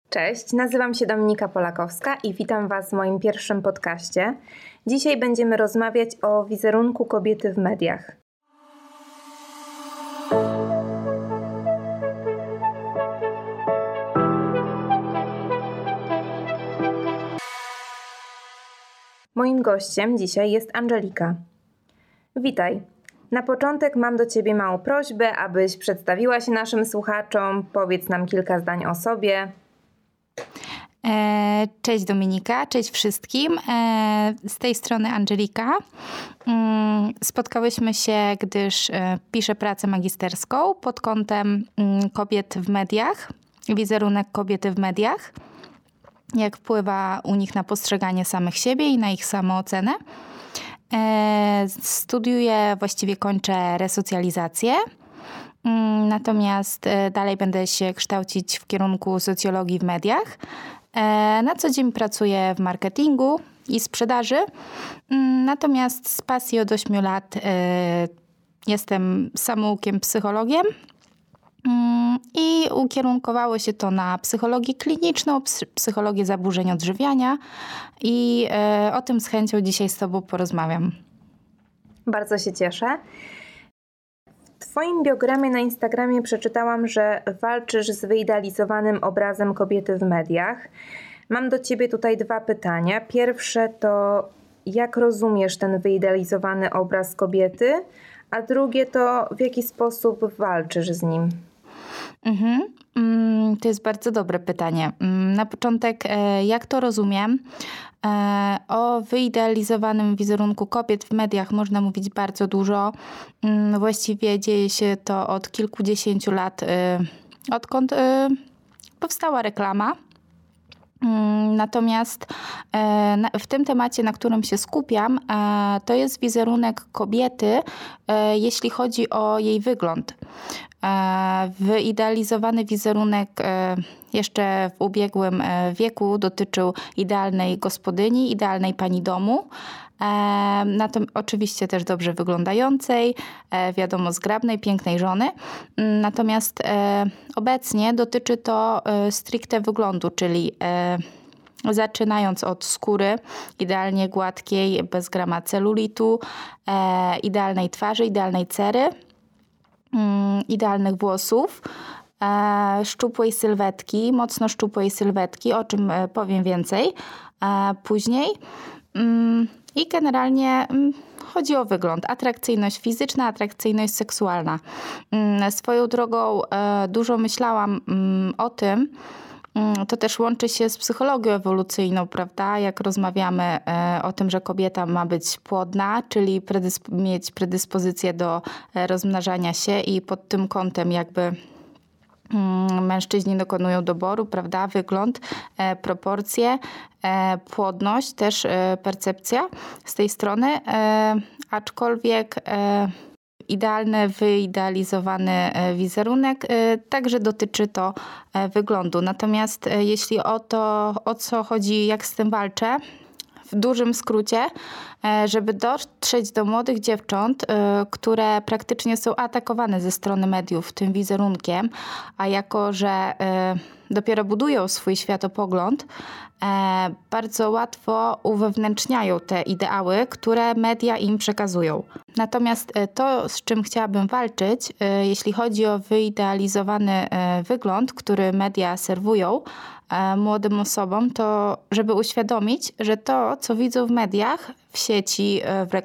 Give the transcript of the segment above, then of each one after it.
Cześć, nazywam się Dominika Polakowska i witam Was w moim pierwszym podcaście. Dzisiaj będziemy rozmawiać o wizerunku kobiety w mediach. Moim gościem dzisiaj jest Angelika. Witaj. Na początek mam do Ciebie małą prośbę, abyś przedstawiła się naszym słuchaczom. Powiedz nam kilka zdań o sobie. Cześć Dominika, cześć wszystkim. Z tej strony Angelika. Spotkałyśmy się, gdyż piszę pracę magisterską pod kątem kobiet w mediach, wizerunek kobiety w mediach, jak wpływa u nich na postrzeganie samych siebie i na ich samoocenę. Studiuję, właściwie kończę resocjalizację. Natomiast dalej będę się kształcić w kierunku socjologii w mediach. Na co dzień pracuję w marketingu i sprzedaży. Natomiast z pasji od 8 lat jestem samoukiem psychologiem. I ukierunkowało się to na psychologię kliniczną, psychologię zaburzeń odżywiania i o tym z chęcią dzisiaj z Tobą porozmawiam. Bardzo się cieszę. W Twoim biogramie na Instagramie przeczytałam, że walczysz z wyidealizowanym obrazem kobiety w mediach. Mam do Ciebie tutaj 2 pytania. Pierwsze to, jak rozumiesz ten wyidealizowany obraz kobiety? A drugie to, w jaki sposób walczysz z nim? To jest bardzo dobre pytanie. Na początek, jak to rozumiem? O wyidealizowanym wizerunku kobiet w mediach można mówić bardzo dużo. Właściwie dzieje się to od kilkudziesięciu lat, odkąd powstała reklama. Natomiast w tym temacie, na którym się skupiam, to jest wizerunek kobiety, jeśli chodzi o jej wygląd. Wyidealizowany wizerunek jeszcze w ubiegłym wieku dotyczył idealnej gospodyni, idealnej pani domu. Oczywiście też dobrze wyglądającej, wiadomo, zgrabnej, pięknej żony. Natomiast obecnie dotyczy to stricte wyglądu, czyli zaczynając od skóry idealnie gładkiej, bez grama celulitu, idealnej twarzy, idealnej cery, idealnych włosów, szczupłej sylwetki, mocno szczupłej sylwetki, o czym powiem więcej później. I generalnie chodzi o wygląd, atrakcyjność fizyczna, atrakcyjność seksualna. Swoją drogą dużo myślałam o tym, to też łączy się z psychologią ewolucyjną, prawda? Jak rozmawiamy o tym, że kobieta ma być płodna, czyli mieć predyspozycję do rozmnażania się i pod tym kątem jakby mężczyźni dokonują doboru, prawda? Wygląd, proporcje, płodność, też percepcja z tej strony, aczkolwiek idealny, wyidealizowany wizerunek także dotyczy to wyglądu. Natomiast jeśli o to, o co chodzi, jak z tym walczę, w dużym skrócie, żeby dotrzeć do młodych dziewcząt, które praktycznie są atakowane ze strony mediów tym wizerunkiem, a jako, że dopiero budują swój światopogląd, bardzo łatwo uwewnętrzniają te ideały, które media im przekazują. Natomiast to, z czym chciałabym walczyć, jeśli chodzi o wyidealizowany wygląd, który media serwują młodym osobom, to żeby uświadomić, że to, co widzą w mediach, w sieci,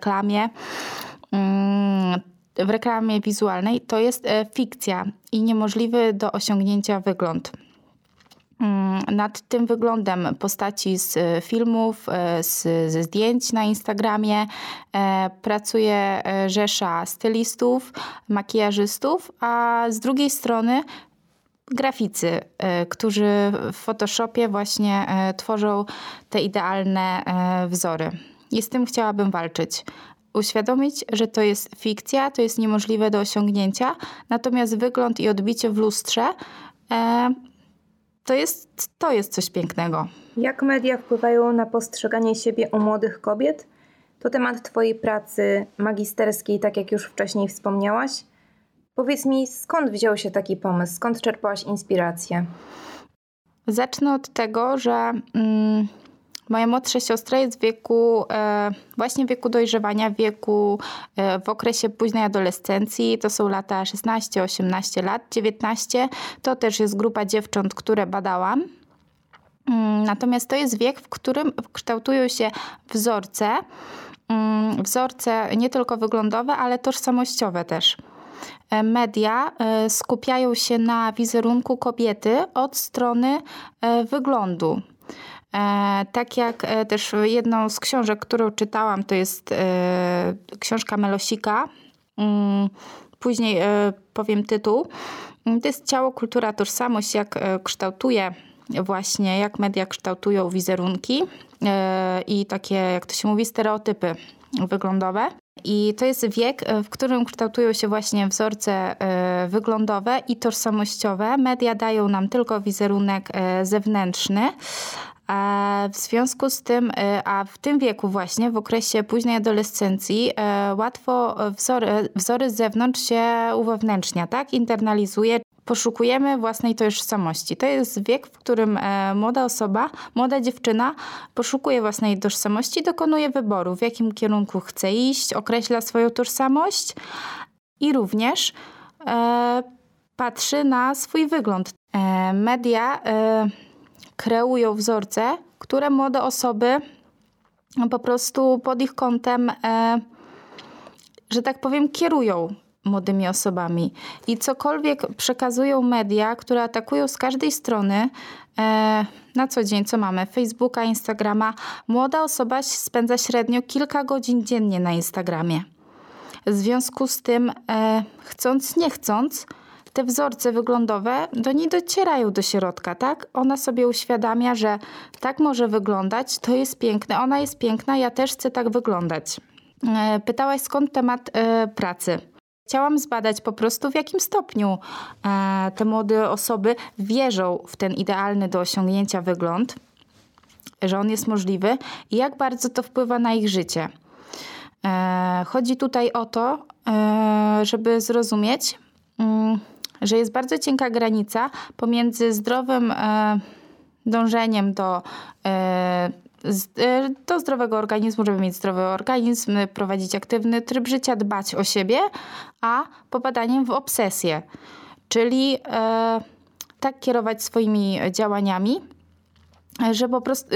w reklamie wizualnej, to jest fikcja i niemożliwy do osiągnięcia wygląd. Nad tym wyglądem postaci z filmów, ze zdjęć na Instagramie pracuje rzesza stylistów, makijażystów, a z drugiej strony graficy, którzy w Photoshopie właśnie tworzą te idealne wzory. I z tym chciałabym walczyć. Uświadomić, że to jest fikcja, to jest niemożliwe do osiągnięcia, natomiast wygląd i odbicie w lustrze to jest coś pięknego. Jak media wpływają na postrzeganie siebie u młodych kobiet? To temat Twojej pracy magisterskiej, tak jak już wcześniej wspomniałaś. Powiedz mi, skąd wziął się taki pomysł? Skąd czerpałaś inspirację? Zacznę od tego, że moja młodsza siostra jest właśnie w wieku dojrzewania, w okresie późnej adolescencji. To są lata 16, 18 lat, 19. To też jest grupa dziewcząt, które badałam. Natomiast to jest wiek, w którym kształtują się wzorce nie tylko wyglądowe, ale tożsamościowe też. Media skupiają się na wizerunku kobiety od strony wyglądu. Tak jak też jedną z książek, którą czytałam, to jest książka Melosika. Później powiem tytuł. To jest Ciało, kultura, tożsamość, jak media kształtują wizerunki i takie, jak to się mówi, stereotypy wyglądowe. I to jest wiek, w którym kształtują się właśnie wzorce wyglądowe i tożsamościowe. Media dają nam tylko wizerunek zewnętrzny. W związku z tym, a w tym wieku właśnie, w okresie późnej adolescencji, łatwo wzory z zewnątrz się uwewnętrznia, tak? Internalizuje. Poszukujemy własnej tożsamości. To jest wiek, w którym młoda dziewczyna poszukuje własnej tożsamości, dokonuje wyboru, w jakim kierunku chce iść, określa swoją tożsamość i również patrzy na swój wygląd. Media kreują wzorce, które młode osoby po prostu pod ich kątem, że tak powiem, kierują młodymi osobami. I cokolwiek przekazują media, które atakują z każdej strony, na co dzień, co mamy? Facebooka, Instagrama. Młoda osoba spędza średnio kilka godzin dziennie na Instagramie. W związku z tym, chcąc, nie chcąc, te wzorce wyglądowe do niej docierają do środka, tak? Ona sobie uświadamia, że tak może wyglądać, to jest piękne, ona jest piękna, ja też chcę tak wyglądać. Pytałaś, skąd temat pracy. Chciałam zbadać po prostu, w jakim stopniu te młode osoby wierzą w ten idealny do osiągnięcia wygląd, że on jest możliwy i jak bardzo to wpływa na ich życie. Chodzi tutaj o to, żeby zrozumieć, że jest bardzo cienka granica pomiędzy zdrowym dążeniem do zdrowego organizmu, żeby mieć zdrowy organizm, prowadzić aktywny tryb życia, dbać o siebie, a popadaniem w obsesję, czyli tak kierować swoimi działaniami, że po prostu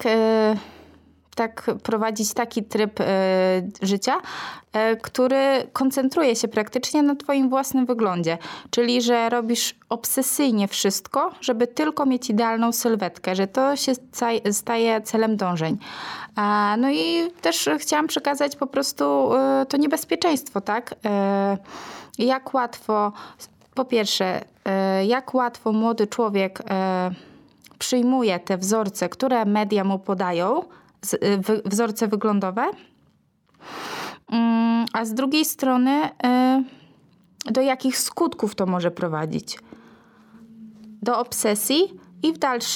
tak prowadzić taki tryb życia, który koncentruje się praktycznie na twoim własnym wyglądzie. Czyli, że robisz obsesyjnie wszystko, żeby tylko mieć idealną sylwetkę, że to się staje celem dążeń. No i też chciałam przekazać po prostu to niebezpieczeństwo, tak? Jak łatwo, po pierwsze, jak łatwo młody człowiek przyjmuje te wzorce, które media mu podają, wzorce wyglądowe, a z drugiej strony do jakich skutków to może prowadzić? Do obsesji i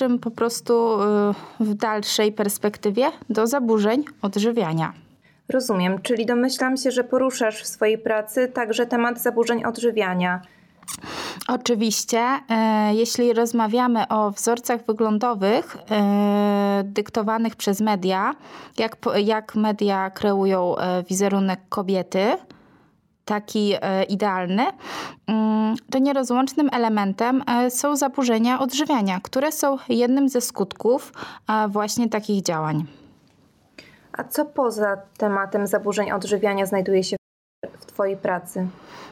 w dalszej perspektywie do zaburzeń odżywiania. Rozumiem, czyli domyślam się, że poruszasz w swojej pracy także temat zaburzeń odżywiania. Oczywiście, jeśli rozmawiamy o wzorcach wyglądowych dyktowanych przez media, jak media kreują wizerunek kobiety, taki idealny, to nierozłącznym elementem są zaburzenia odżywiania, które są jednym ze skutków właśnie takich działań. A co poza tematem zaburzeń odżywiania znajduje się w twojej pracy?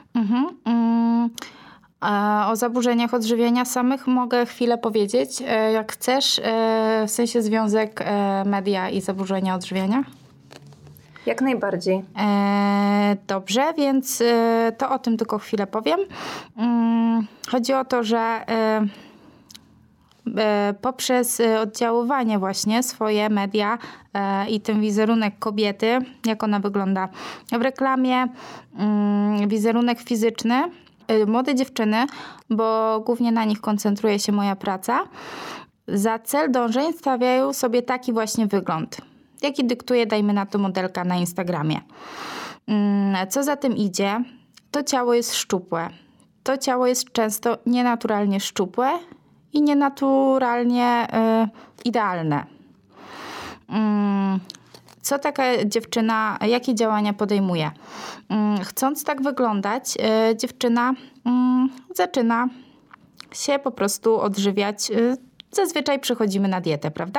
O zaburzeniach odżywiania samych mogę chwilę powiedzieć, jak chcesz, w sensie związek media i zaburzenia odżywiania? Jak najbardziej. Dobrze, więc to o tym tylko chwilę powiem. Chodzi o to, że poprzez oddziaływanie właśnie swoje media i ten wizerunek kobiety, jak ona wygląda w reklamie, wizerunek fizyczny, młode dziewczyny, bo głównie na nich koncentruje się moja praca, za cel dążeń stawiają sobie taki właśnie wygląd, jaki dyktuje, dajmy na to, modelka na Instagramie. Co za tym idzie? To ciało jest szczupłe. To ciało jest często nienaturalnie szczupłe i nienaturalnie idealne. Co taka dziewczyna, jakie działania podejmuje? Chcąc tak wyglądać, dziewczyna zaczyna się po prostu odżywiać. Zazwyczaj przechodzimy na dietę, prawda?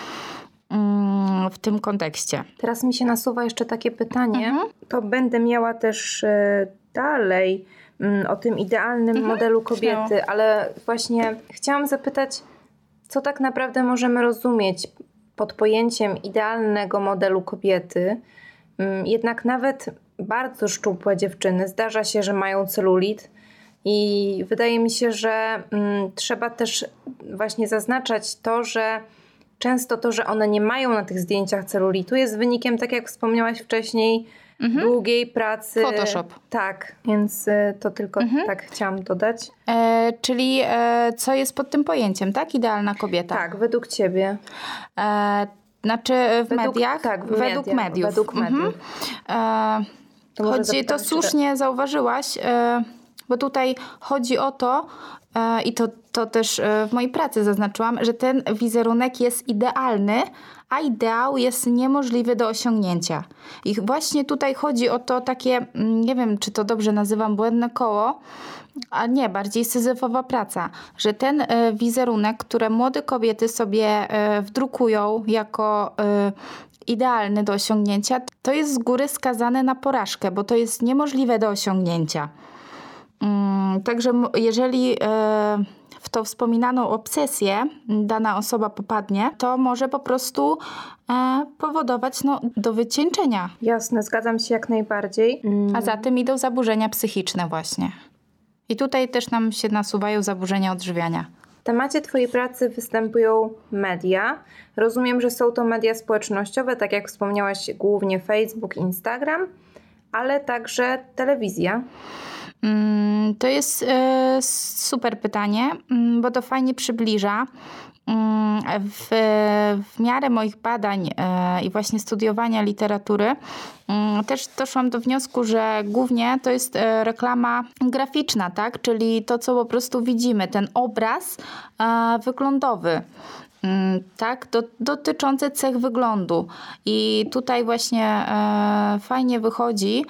W tym kontekście. Teraz mi się nasuwa jeszcze takie pytanie. To będę miała też dalej o tym idealnym modelu kobiety, ale właśnie chciałam zapytać, co tak naprawdę możemy rozumieć pod pojęciem idealnego modelu kobiety. Jednak nawet bardzo szczupłe dziewczyny zdarza się, że mają celulit i wydaje mi się, że trzeba też właśnie zaznaczać to, że często to, że one nie mają na tych zdjęciach celulitu, jest wynikiem, tak jak wspomniałaś wcześniej, długiej pracy. Photoshop. Tak, więc to tylko tak chciałam dodać. Czyli co jest pod tym pojęciem, tak? Idealna kobieta. Tak, według ciebie. Znaczy mediach? Tak, według mediów. Według mediów. To słusznie zauważyłaś, bo tutaj chodzi o to, i to też w mojej pracy zaznaczyłam, że ten wizerunek jest idealny, a ideał jest niemożliwy do osiągnięcia. I właśnie tutaj chodzi o to takie, nie wiem, czy to dobrze nazywam, błędne koło, a nie, bardziej syzyfowa praca, że ten wizerunek, który młode kobiety sobie wdrukują jako idealny do osiągnięcia, to jest z góry skazane na porażkę, bo to jest niemożliwe do osiągnięcia. Także jeżeli w tą wspominaną obsesję dana osoba popadnie, to może po prostu powodować do wycieńczenia. Jasne, zgadzam się jak najbardziej. A za tym idą zaburzenia psychiczne właśnie. I tutaj też nam się nasuwają zaburzenia odżywiania. W temacie twojej pracy występują media. Rozumiem, że są to media społecznościowe, tak jak wspomniałaś, głównie Facebook, Instagram, ale także telewizja. To jest super pytanie, bo to fajnie przybliża. W miarę moich badań i właśnie studiowania literatury też doszłam do wniosku, że głównie to jest reklama graficzna, tak? Czyli to, co po prostu widzimy, ten obraz wyglądowy. Tak, dotyczący cech wyglądu. I tutaj właśnie fajnie wychodzi,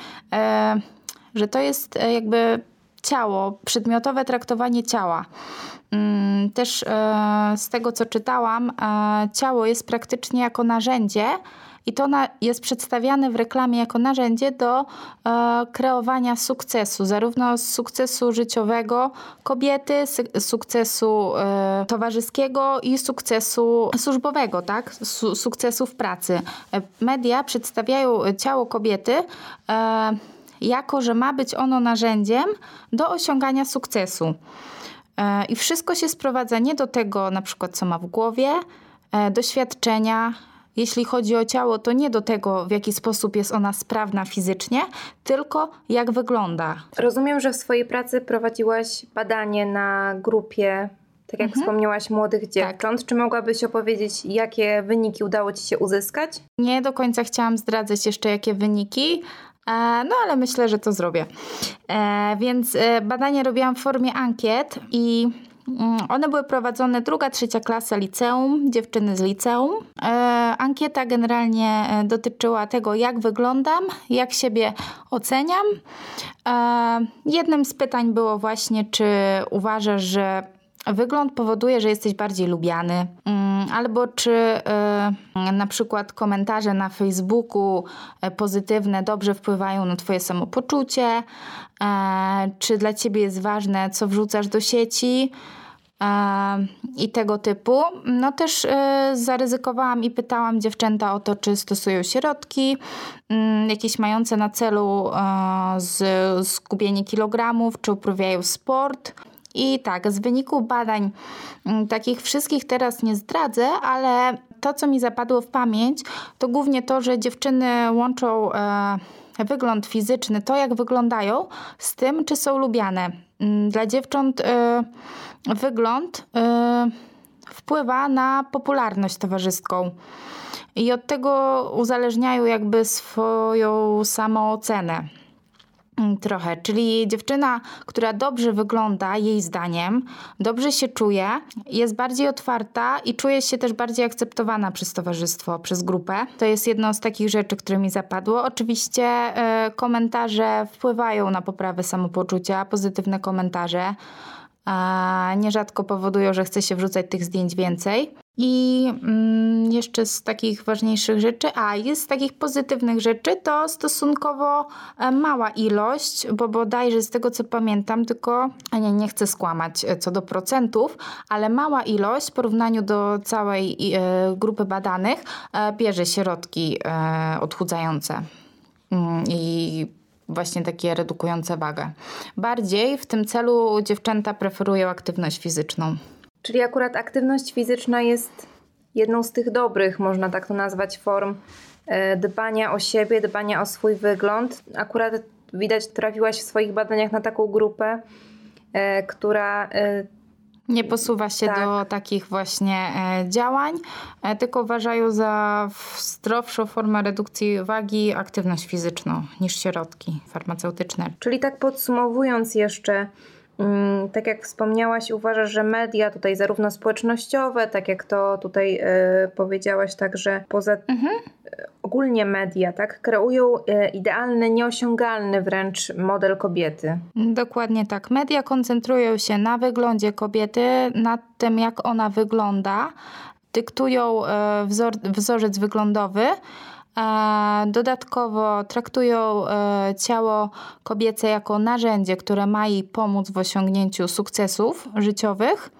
że to jest jakby ciało, przedmiotowe traktowanie ciała. Też z tego, co czytałam, ciało jest praktycznie jako narzędzie i to jest przedstawiane w reklamie jako narzędzie do kreowania sukcesu, zarówno sukcesu życiowego kobiety, sukcesu towarzyskiego i sukcesu służbowego, tak? Sukcesu w pracy. Media przedstawiają ciało kobiety jako, że ma być ono narzędziem do osiągania sukcesu. I wszystko się sprowadza nie do tego, na przykład, co ma w głowie, doświadczenia. Jeśli chodzi o ciało, to nie do tego, w jaki sposób jest ona sprawna fizycznie, tylko jak wygląda. Rozumiem, że w swojej pracy prowadziłaś badanie na grupie, tak jak wspomniałaś, młodych dziewcząt. Tak. Czy mogłabyś opowiedzieć, jakie wyniki udało ci się uzyskać? Nie do końca chciałam zdradzać jeszcze, jakie wyniki, no ale myślę, że to zrobię. Więc badanie robiłam w formie ankiet i one były prowadzone 2., 3. klasa liceum, dziewczyny z liceum. Ankieta generalnie dotyczyła tego, jak wyglądam, jak siebie oceniam. Jednym z pytań było właśnie, czy uważasz, że wygląd powoduje, że jesteś bardziej lubiany, albo czy na przykład komentarze na Facebooku pozytywne dobrze wpływają na twoje samopoczucie, czy dla ciebie jest ważne, co wrzucasz do sieci i tego typu. No też zaryzykowałam i pytałam dziewczęta o to, czy stosują środki jakieś mające na celu zgubienie kilogramów, czy uprawiają sport. I tak, z wyników badań takich wszystkich teraz nie zdradzę, ale to, co mi zapadło w pamięć, to głównie to, że dziewczyny łączą wygląd fizyczny, to jak wyglądają, z tym, czy są lubiane. Dla dziewcząt wygląd wpływa na popularność towarzyską i od tego uzależniają jakby swoją samoocenę. Trochę, czyli dziewczyna, która dobrze wygląda, jej zdaniem, dobrze się czuje, jest bardziej otwarta i czuje się też bardziej akceptowana przez towarzystwo, przez grupę. To jest jedno z takich rzeczy, które mi zapadło. Oczywiście komentarze wpływają na poprawę samopoczucia, pozytywne komentarze. Nierzadko powodują, że chce się wrzucać tych zdjęć więcej. I jeszcze z takich ważniejszych rzeczy, jest z takich pozytywnych rzeczy, to stosunkowo mała ilość, bo bodajże z tego co pamiętam, tylko, nie chcę skłamać co do procentów, ale mała ilość w porównaniu do całej grupy badanych bierze środki odchudzające i właśnie takie redukujące wagę. Bardziej w tym celu dziewczęta preferują aktywność fizyczną. Czyli akurat aktywność fizyczna jest jedną z tych dobrych, można tak to nazwać, form dbania o siebie, dbania o swój wygląd. Akurat widać, trafiłaś w swoich badaniach na taką grupę, która nie posuwa się do takich właśnie działań, tylko uważają za zdrowszą formę redukcji wagi aktywność fizyczną niż środki farmaceutyczne. Czyli tak podsumowując jeszcze, tak jak wspomniałaś, uważasz, że media tutaj zarówno społecznościowe, tak jak to tutaj powiedziałaś, także ogólnie media, tak, kreują idealny, nieosiągalny wręcz model kobiety. Dokładnie tak. Media koncentrują się na wyglądzie kobiety, na tym jak ona wygląda, dyktują wzorzec wyglądowy. Dodatkowo traktują ciało kobiece jako narzędzie, które ma jej pomóc w osiągnięciu sukcesów życiowych,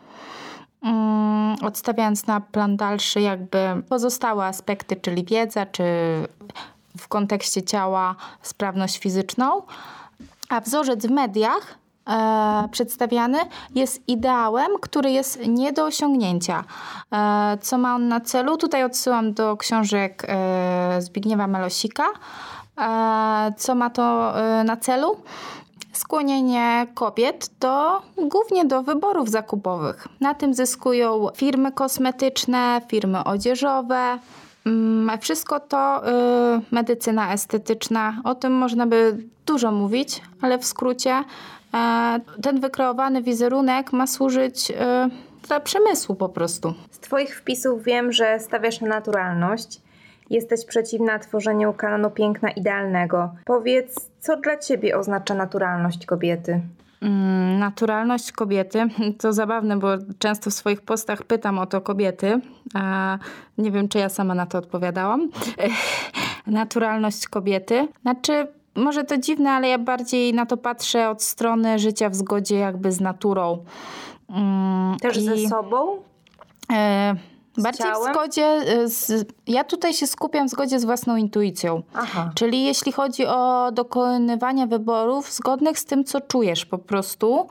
odstawiając na plan dalszy jakby pozostałe aspekty, czyli wiedza, czy w kontekście ciała sprawność fizyczną. A wzorzec w mediach przedstawiany jest ideałem, który jest nie do osiągnięcia. Co ma on na celu? Tutaj odsyłam do książek Zbigniewa Melosika. Co ma to na celu? Skłonienie kobiet głównie do wyborów zakupowych. Na tym zyskują firmy kosmetyczne, firmy odzieżowe. Wszystko to medycyna estetyczna. O tym można by dużo mówić, ale w skrócie ten wykreowany wizerunek ma służyć dla przemysłu po prostu. Z Twoich wpisów wiem, że stawiasz na naturalność. Jesteś przeciwna tworzeniu kanonu piękna idealnego. Powiedz, co dla Ciebie oznacza naturalność kobiety? Naturalność kobiety to zabawne, bo często w swoich postach pytam o to kobiety, a nie wiem, czy ja sama na to odpowiadałam. Naturalność kobiety, może to dziwne, ale ja bardziej na to patrzę od strony życia w zgodzie jakby z naturą. Też ze sobą? Bardziej ciałem? W zgodzie ja tutaj się skupiam w zgodzie z własną intuicją. Aha. Czyli jeśli chodzi o dokonywanie wyborów zgodnych z tym, co czujesz po prostu,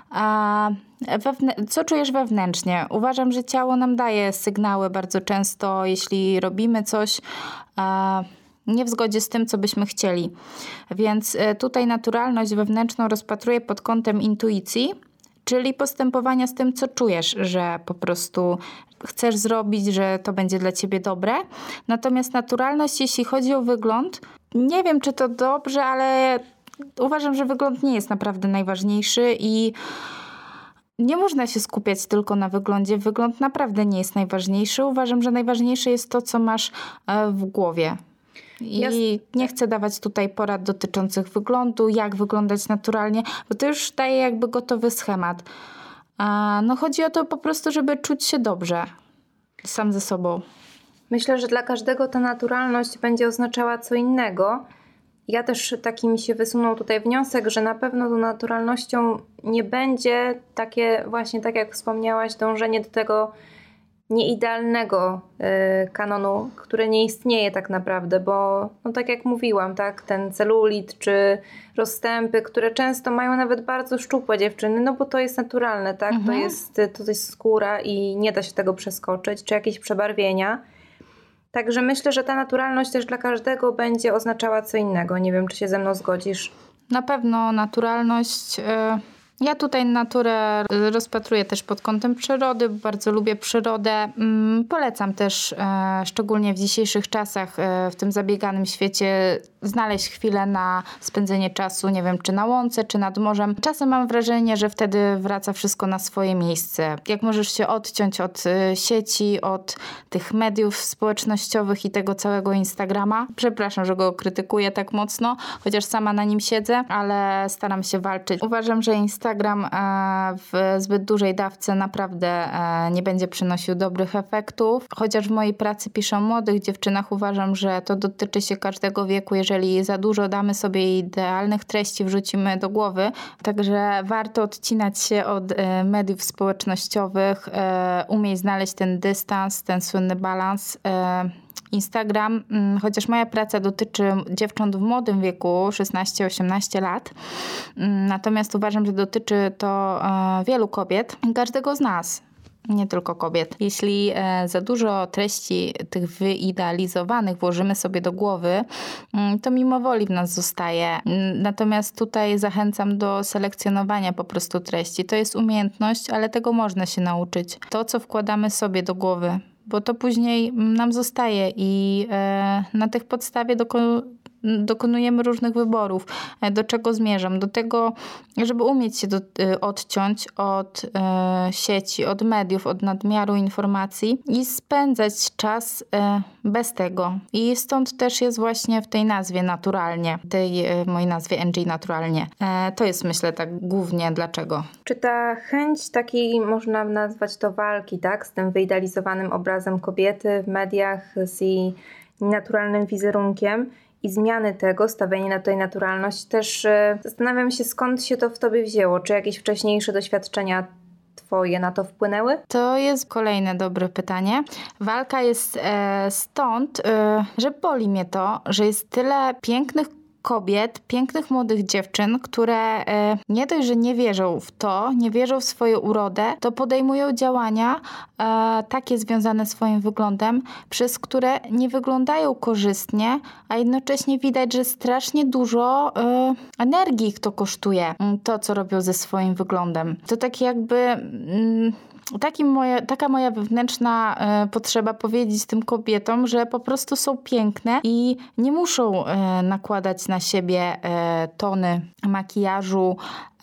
co czujesz wewnętrznie. Uważam, że ciało nam daje sygnały bardzo często, jeśli robimy coś nie w zgodzie z tym, co byśmy chcieli. Więc tutaj naturalność wewnętrzną rozpatruję pod kątem intuicji, czyli postępowania z tym, co czujesz, że po prostu chcesz zrobić, że to będzie dla ciebie dobre. Natomiast naturalność, jeśli chodzi o wygląd, nie wiem, czy to dobrze, ale uważam, że wygląd nie jest naprawdę najważniejszy i nie można się skupiać tylko na wyglądzie. Wygląd naprawdę nie jest najważniejszy. Uważam, że najważniejsze jest to, co masz w głowie. I nie chcę dawać tutaj porad dotyczących wyglądu, jak wyglądać naturalnie, bo to już daje jakby gotowy schemat. Chodzi o to po prostu, żeby czuć się dobrze sam ze sobą. Myślę, że dla każdego ta naturalność będzie oznaczała co innego. Ja też taki mi się wysunął tutaj wniosek, że na pewno tą naturalnością nie będzie takie właśnie, tak jak wspomniałaś, dążenie do tego nieidealnego kanonu, które nie istnieje tak naprawdę, bo tak jak mówiłam, tak, ten celulit czy rozstępy, które często mają nawet bardzo szczupłe dziewczyny, bo to jest naturalne, tak, to jest skóra i nie da się tego przeskoczyć, czy jakieś przebarwienia. Także myślę, że ta naturalność też dla każdego będzie oznaczała co innego. Nie wiem, czy się ze mną zgodzisz. Na pewno naturalność Ja tutaj naturę rozpatruję też pod kątem przyrody, bardzo lubię przyrodę. Polecam też, szczególnie w dzisiejszych czasach, w tym zabieganym świecie, znaleźć chwilę na spędzenie czasu, nie wiem, czy na łące, czy nad morzem. Czasem mam wrażenie, że wtedy wraca wszystko na swoje miejsce. Jak możesz się odciąć od sieci, od tych mediów społecznościowych i tego całego Instagrama. Przepraszam, że go krytykuję tak mocno, chociaż sama na nim siedzę, ale staram się walczyć. Uważam, że Instagram w zbyt dużej dawce naprawdę nie będzie przynosił dobrych efektów. Chociaż w mojej pracy piszę o młodych dziewczynach, uważam, że to dotyczy się każdego wieku, jeżeli za dużo damy sobie idealnych treści, wrzucimy do głowy. Także warto odcinać się od mediów społecznościowych, umieć znaleźć ten dystans, ten słynny balans. Instagram, chociaż moja praca dotyczy dziewcząt w młodym wieku, 16-18 lat, natomiast uważam, że dotyczy to wielu kobiet, każdego z nas. Nie tylko kobiet. Jeśli za dużo treści tych wyidealizowanych włożymy sobie do głowy, to mimo woli w nas zostaje. Natomiast tutaj zachęcam do selekcjonowania po prostu treści. To jest umiejętność, ale tego można się nauczyć. To, co wkładamy sobie do głowy, bo to później nam zostaje i na tych podstawie dokonujemy różnych wyborów. Do czego zmierzam? Do tego, żeby umieć się odciąć od sieci, od mediów, od nadmiaru informacji i spędzać czas bez tego. I stąd też jest właśnie w tej nazwie naturalnie, tej mojej nazwie NG naturalnie. To jest, myślę, tak głównie dlaczego. Czy ta chęć takiej, można nazwać to walki, tak, z tym wyidealizowanym obrazem kobiety w mediach, z jej naturalnym wizerunkiem i zmiany tego, stawianie na tej naturalność, też zastanawiam się, skąd się to w tobie wzięło. Czy jakieś wcześniejsze doświadczenia twoje na to wpłynęły? To jest kolejne dobre pytanie. Walka jest stąd, że boli mnie to, że jest tyle pięknych kobiet, pięknych młodych dziewczyn, które nie dość, że nie wierzą w to, nie wierzą w swoją urodę, to podejmują działania takie związane z swoim wyglądem, przez które nie wyglądają korzystnie, a jednocześnie widać, że strasznie dużo energii ich to kosztuje, to co robią ze swoim wyglądem. To tak jakby... Taka moja wewnętrzna potrzeba powiedzieć tym kobietom, że po prostu są piękne i nie muszą nakładać na siebie tony makijażu,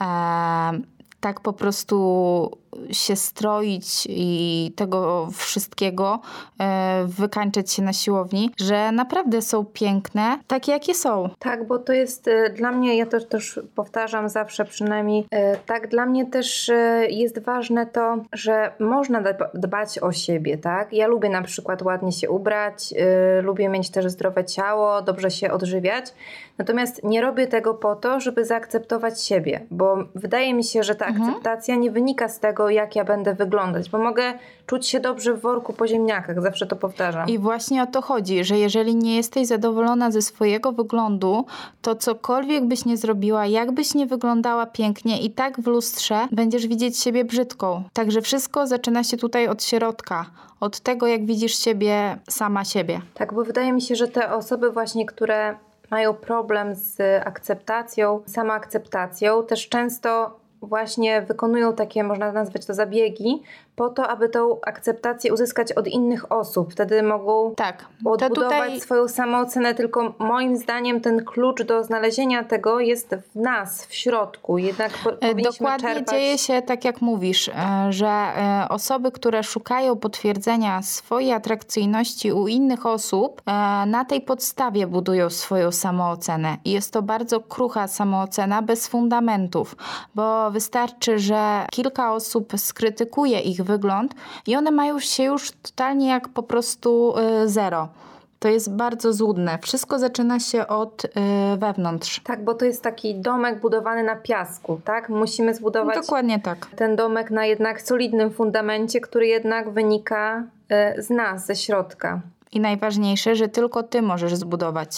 tak po prostu się stroić i tego wszystkiego, wykańczać się na siłowni, że naprawdę są piękne, takie jakie są. Tak, bo to jest dla mnie, ja też powtarzam zawsze przynajmniej, tak, dla mnie też jest ważne to, że można dbać o siebie, tak? Ja lubię na przykład ładnie się ubrać, lubię mieć też zdrowe ciało, dobrze się odżywiać, natomiast nie robię tego po to, żeby zaakceptować siebie, bo wydaje mi się, że ta akceptacja nie wynika z tego, jak ja będę wyglądać, bo mogę czuć się dobrze w worku po ziemniakach, zawsze to powtarzam. I właśnie o to chodzi, że jeżeli nie jesteś zadowolona ze swojego wyglądu, to cokolwiek byś nie zrobiła, jak byś nie wyglądała pięknie, i tak w lustrze będziesz widzieć siebie brzydką. Także wszystko zaczyna się tutaj od środka, od tego, jak widzisz sama siebie. Tak, bo wydaje mi się, że te osoby właśnie, które mają problem z akceptacją, samoakceptacją, też często właśnie wykonują takie, można nazwać to, zabiegi po to, aby tą akceptację uzyskać od innych osób. Wtedy mogą odbudować swoją samoocenę, tylko moim zdaniem ten klucz do znalezienia tego jest w nas, w środku. Jednak powinniśmy dokładnie czerpać. Dzieje się tak, jak mówisz, że osoby, które szukają potwierdzenia swojej atrakcyjności u innych osób, na tej podstawie budują swoją samoocenę. I jest to bardzo krucha samoocena bez fundamentów, bo wystarczy, że kilka osób skrytykuje ich wygląd i one mają się już totalnie jak po prostu zero. To jest bardzo złudne. Wszystko zaczyna się od wewnątrz. Tak, bo to jest taki domek budowany na piasku, tak? Musimy zbudować dokładnie tak. Ten domek na jednak solidnym fundamencie, który jednak wynika z nas, ze środka. I najważniejsze, że tylko ty możesz zbudować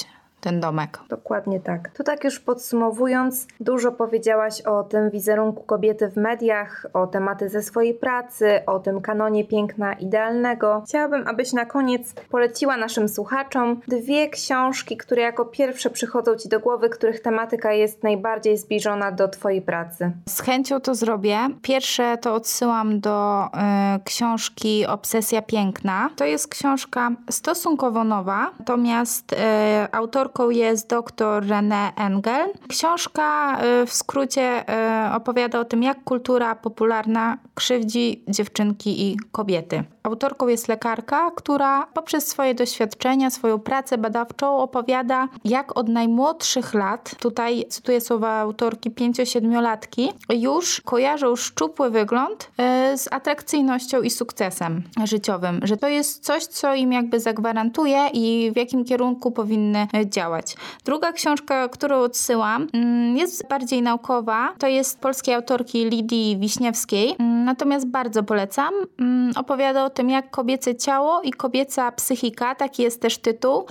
ten domek. Dokładnie tak. To tak już podsumowując, dużo powiedziałaś o tym wizerunku kobiety w mediach, o tematyce swojej pracy, o tym kanonie piękna idealnego. Chciałabym, abyś na koniec poleciła naszym słuchaczom 2 książki, które jako pierwsze przychodzą Ci do głowy, których tematyka jest najbardziej zbliżona do Twojej pracy. Z chęcią to zrobię. Pierwsze to odsyłam do książki Obsesja piękna. To jest książka stosunkowo nowa, natomiast autorką jest dr René Engel. Książka w skrócie opowiada o tym, jak kultura popularna krzywdzi dziewczynki i kobiety. Autorką jest lekarka, która poprzez swoje doświadczenia, swoją pracę badawczą opowiada, jak od najmłodszych lat, tutaj cytuję słowa autorki, 5-7-latki, już kojarzą szczupły wygląd z atrakcyjnością i sukcesem życiowym, że to jest coś, co im jakby zagwarantuje i w jakim kierunku powinny działać. Druga książka, którą odsyłam, jest bardziej naukowa. To jest polskiej autorki Lidii Wiśniewskiej, natomiast bardzo polecam. Opowiada o tym, jak kobiece ciało i kobieca psychika, taki jest też tytuł,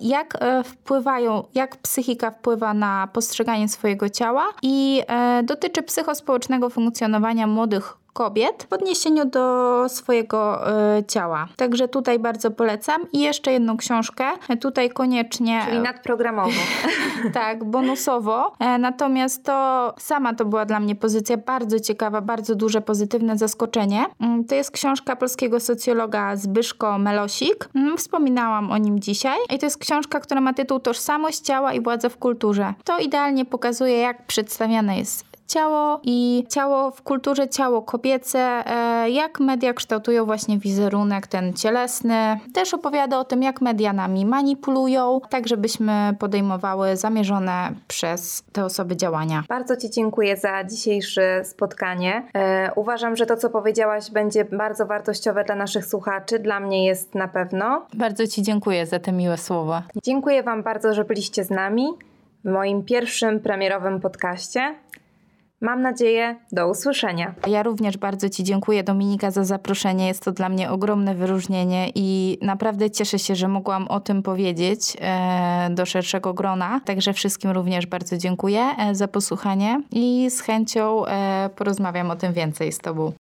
jak psychika wpływa na postrzeganie swojego ciała i dotyczy psychospołecznego funkcjonowania młodych kobiet w odniesieniu do swojego ciała. Także tutaj bardzo polecam. I jeszcze jedną książkę, tutaj koniecznie... Czyli nadprogramowo. Tak, bonusowo. Natomiast to była dla mnie pozycja bardzo ciekawa, bardzo duże pozytywne zaskoczenie. To jest książka polskiego socjologa Zbyszko Melosik. Wspominałam o nim dzisiaj. I to jest książka, która ma tytuł Tożsamość ciała i władza w kulturze. To idealnie pokazuje, jak przedstawiane jest ciało i ciało w kulturze, ciało kobiece, jak media kształtują właśnie wizerunek ten cielesny. Też opowiada o tym, jak media nami manipulują, tak żebyśmy podejmowały zamierzone przez te osoby działania. Bardzo Ci dziękuję za dzisiejsze spotkanie. Uważam, że to, co powiedziałaś, będzie bardzo wartościowe dla naszych słuchaczy. Dla mnie jest na pewno. Bardzo Ci dziękuję za te miłe słowa. Dziękuję Wam bardzo, że byliście z nami w moim pierwszym premierowym podcaście. Mam nadzieję, do usłyszenia. Ja również bardzo Ci dziękuję, Dominika, za zaproszenie. Jest to dla mnie ogromne wyróżnienie i naprawdę cieszę się, że mogłam o tym powiedzieć do szerszego grona. Także wszystkim również bardzo dziękuję za posłuchanie i z chęcią porozmawiam o tym więcej z Tobą.